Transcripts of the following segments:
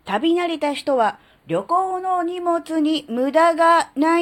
旅慣れた人は旅行の荷物に無駄がない。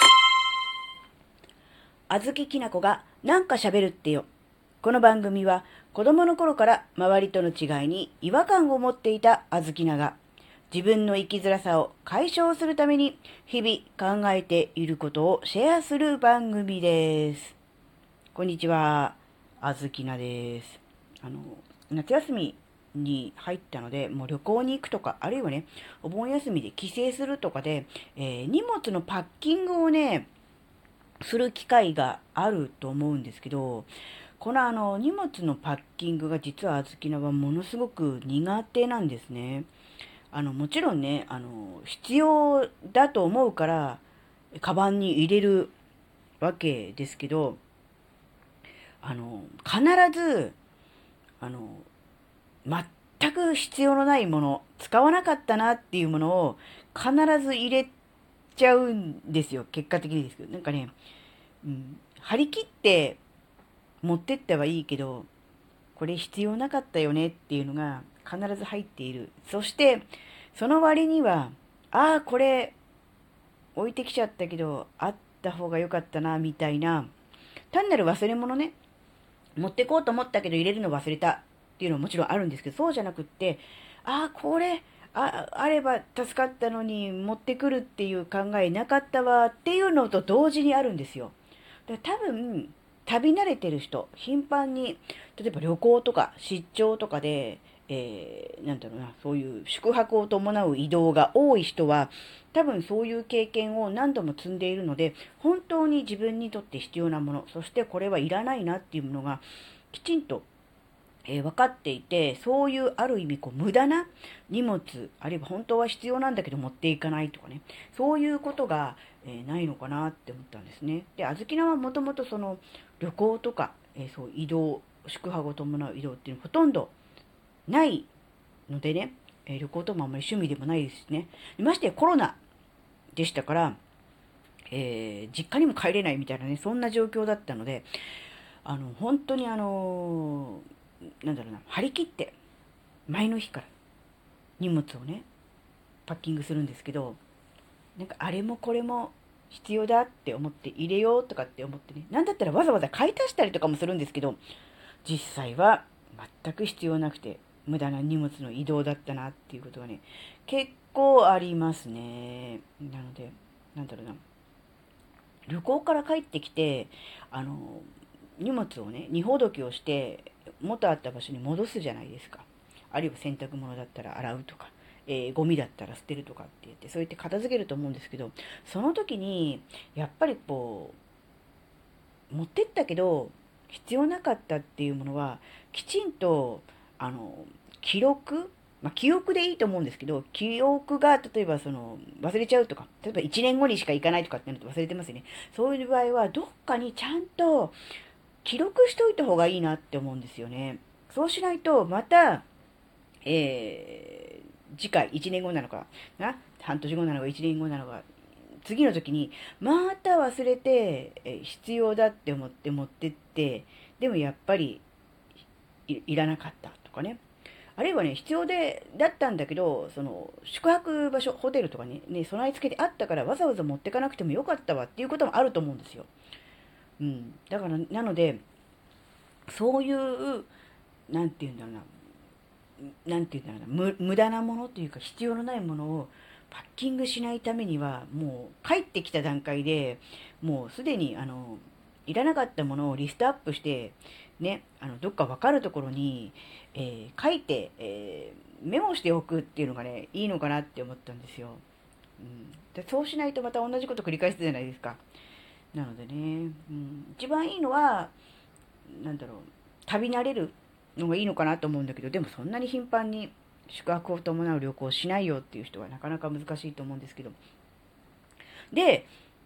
あずききなこがなんか喋るってよ。この番組は子供の頃から周りとの違いに違和感を持っていたあずきなが自分の生きづらさを解消するために日々考えていることをシェアする番組です。こんにちは、あずきなです。夏休みに入ったので、もう旅行に行くとか、あるいはね、お盆休みで帰省するとかで、荷物のパッキングをね、する機会があると思うんですけど、この荷物のパッキングが実はあずきなはものすごく苦手なんですね。もちろんね、必要だと思うから、カバンに入れるわけですけど、必ず、あの、全く必要のないもの、使わなかったなっていうものを必ず入れちゃうんですよ。結果的にですけど。なんかね、張り切って持ってってはいいけど、これ必要なかったよねっていうのが必ず入っている。そして、その割には、ああ、これ置いてきちゃったけど、あった方が良かったな、みたいな、単なる忘れ物ね、持ってこうと思ったけど入れるの忘れたっていうのはもちろんあるんですけど、そうじゃなくって、ああ、これ、あれば助かったのに持ってくるっていう考えなかったわっていうのと同時にあるんですよ。だから多分、旅慣れてる人、頻繁に、例えば旅行とか出張とかで、なんだろうな、そういう宿泊を伴う移動が多い人は、多分そういう経験を何度も積んでいるので、本当に自分にとって必要なもの、そしてこれはいらないなっていうものが、きちんと分かっていて、そういうある意味こう無駄な荷物、あるいは本当は必要なんだけど持っていかないとかね、そういうことが、ないのかなって思ったんですね。で、あずきなはもともとその旅行とか、そう移動、宿泊を伴う移動っていうのほとんどないのでね、旅行ともあんまり趣味でもないですしね。ましてやコロナでしたから、実家にも帰れないみたいなね、そんな状況だったので、本当になんだろうな、張り切って前の日から荷物をね、パッキングするんですけど、なんかあれもこれも必要だって思って入れようとかって思ってね、なんだったらわざわざ買い足したりとかもするんですけど、実際は全く必要なくて、無駄な荷物の移動だったなっていうことがね、結構ありますね。なので、なんだろうな、旅行から帰ってきて、あの、荷物をね、荷ほどきをして、元あった場所に戻すじゃないですか。あるいは洗濯物だったら洗うとか、ゴミだったら捨てるとかって言って、そうやって片付けると思うんですけど、その時に、やっぱりこう、持ってったけど、必要なかったっていうものは、きちんと、あの、記録記憶でいいと思うんですけど、記憶が、例えば忘れちゃうとか、例えば1年後にしか行かないとかってなると忘れてますよね。そういう場合は、どっかにちゃんと記録しといた方がいいなって思うんですよね。そうしないと、また、次回、1年後なのか半年後なのか1年後なのか、次の時に、また忘れて、必要だって思って持ってって、でもやっぱりいらなかったとかね。あるいはね、必要だったんだけど、宿泊場所、ホテルとかね、備え付けてあったからわざわざ持ってかなくてもよかったわっていうこともあると思うんですよ。うん。だから、なので、そういう、なんて言うんだろうな、なんて言うんだろうな、無駄なものというか必要のないものをパッキングしないためには、もう帰ってきた段階で、もうすでにいらなかったものをリストアップして、ね、どっかわかるところに、書いて、メモしておくっていうのがね、いいのかなって思ったんですよ。でそうしないとまた同じこと繰り返すじゃないですか。なのでね、一番いいのは、なんだろう、旅慣れるのがいいのかなと思うんだけど、でもそんなに頻繁に宿泊を伴う旅行をしないよっていう人はなかなか難しいと思うんですけど。で、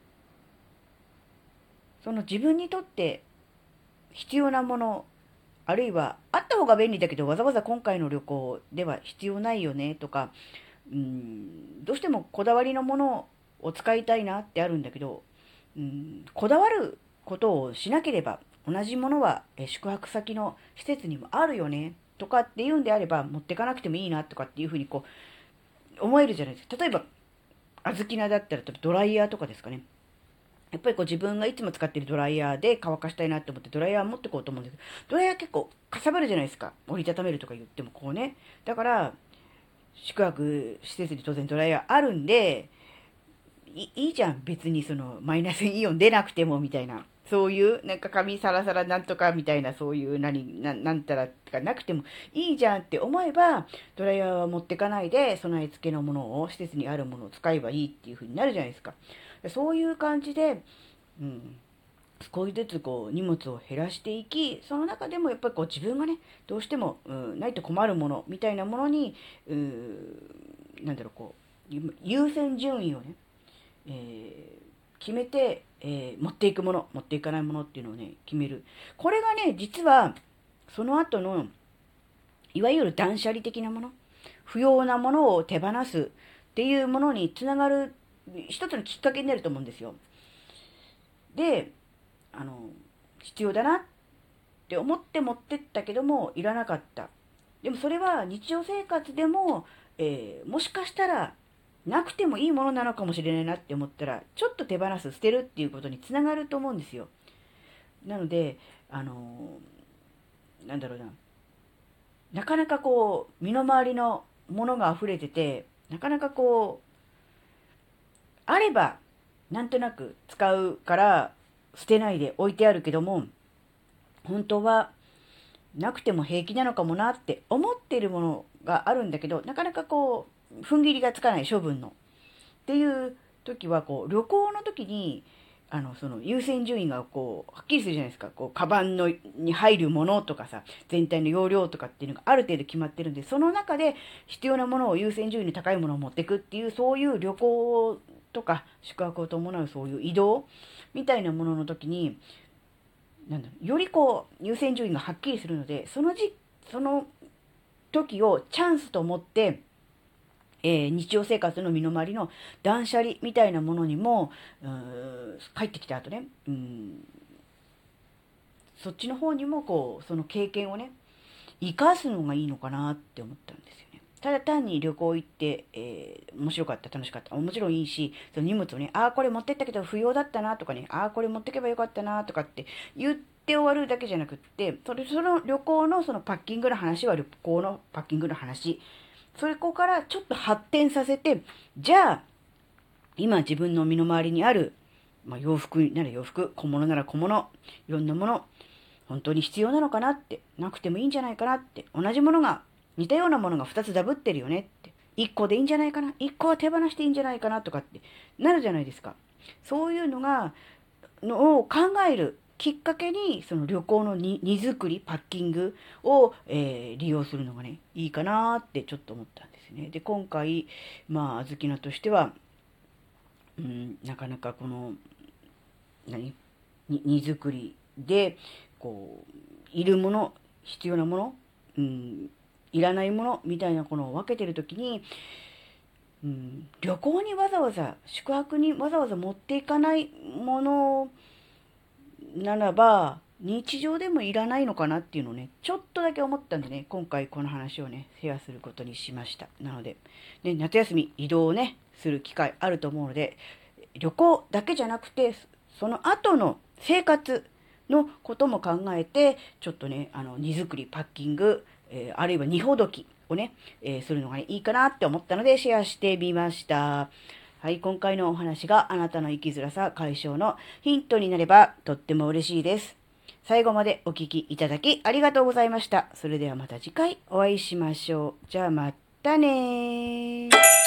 その自分にとって必要なもの、あるいはあった方が便利だけどわざわざ今回の旅行では必要ないよねとか、どうしてもこだわりのものを使いたいなってあるんだけど、こだわることをしなければ同じものは宿泊先の施設にもあるよね。 とかっていうんであれば、持ってかなくてもいいなとかっていうふうにこう、思えるじゃないですか。例えば、小豆菜だったらドライヤーとかですかね。やっぱりこう自分がいつも使っているドライヤーで乾かしたいなって思ってドライヤー持ってこうと思うんですけど、ドライヤー結構かさばるじゃないですか。折りたためるとか言ってもこうね。だから、宿泊施設に当然ドライヤーあるんで、いいじゃん。別にそのマイナスイオン出なくてもみたいな。そういう、なんか髪サラサラなんとかみたいな、そういうなんたらがなくてもいいじゃんって思えば、ドライヤーは持ってかないで、備え付けのものを、施設にあるものを使えばいいっていう風になるじゃないですか。そういう感じで、うん、少しずつこう荷物を減らしていき、その中でもやっぱりこう自分がね、どうしても、ないと困るものみたいなものに、なんだろう、こう、優先順位をね、決めて、持っていくもの、持っていかないものっていうのをね、決める。これがね、実は、その後の、いわゆる断捨離的なもの、不要なものを手放すっていうものにつながる、一つのきっかけになると思うんですよ。で、必要だなって思って持ってったけども、いらなかった。でもそれは日常生活でも、もしかしたらなくてもいいものなのかもしれないなって思ったら、ちょっと手放す、捨てるっていうことにつながると思うんですよ。なので、なんだろうな。なかなかこう、身の回りのものが溢れてて、なかなかこう、あれば、なんとなく使うから捨てないで置いてあるけども、本当はなくても平気なのかもなって思っているものがあるんだけど、なかなかこう、踏ん切りがつかない処分の。っていう時は、こう、旅行の時に、その優先順位がこう、はっきりするじゃないですか。こう、カバンのに入るものとかさ、全体の容量とかっていうのがある程度決まってるんで、その中で必要なものを優先順位の高いものを持っていくっていう、そういう旅行とか宿泊を伴うそういう移動みたいなものの時に、なんだろう、よりこう、優先順位がはっきりするので、その時をチャンスと思って、日常生活の身の回りの断捨離みたいなものにも、帰ってきた後ね、そっちの方にもこう、その経験をね、活かすのがいいのかなって思ったんですよね。ただ単に旅行行って、面白かった、楽しかった。もちろんいいし、その荷物をね、ああ、これ持ってったけど不要だったなとかね、ああ、これ持ってけばよかったなとかって言って終わるだけじゃなくって、その旅行のそのパッキングの話は旅行のパッキングの話。それこからちょっと発展させて、じゃあ、今自分の身の回りにある、洋服なら洋服、小物なら小物、いろんなもの、本当に必要なのかなって、なくてもいいんじゃないかなって、同じものが、似たようなものが2つダブってるよねって、1個でいいんじゃないかな、1個は手放していいんじゃないかなとかってなるじゃないですか。そういうのを考えるきっかけに、その旅行の荷造り、パッキングを、利用するのがね、いいかなってちょっと思ったんですね。で、今回、小豆菜としては、なかなかこの、荷造りで、こう、いるもの、必要なもの、いらないものみたいなこのを分けてるときに、旅行にわざわざ、宿泊にわざわざ持っていかないものならば、日常でもいらないのかなっていうのをね、ちょっとだけ思ったんでね、今回この話をね、シェアすることにしました。なので、ね、夏休み移動をね、する機会あると思うので、旅行だけじゃなくて、その後の生活のことも考えて、ちょっとね、荷造り、パッキング、あるいは荷ほどきをね、するのが、いいかなって思ったのでシェアしてみました。はい、今回のお話があなたの生きづらさ解消のヒントになればとっても嬉しいです。最後までお聞きいただきありがとうございました。それではまた次回お会いしましょう。じゃあまたねー。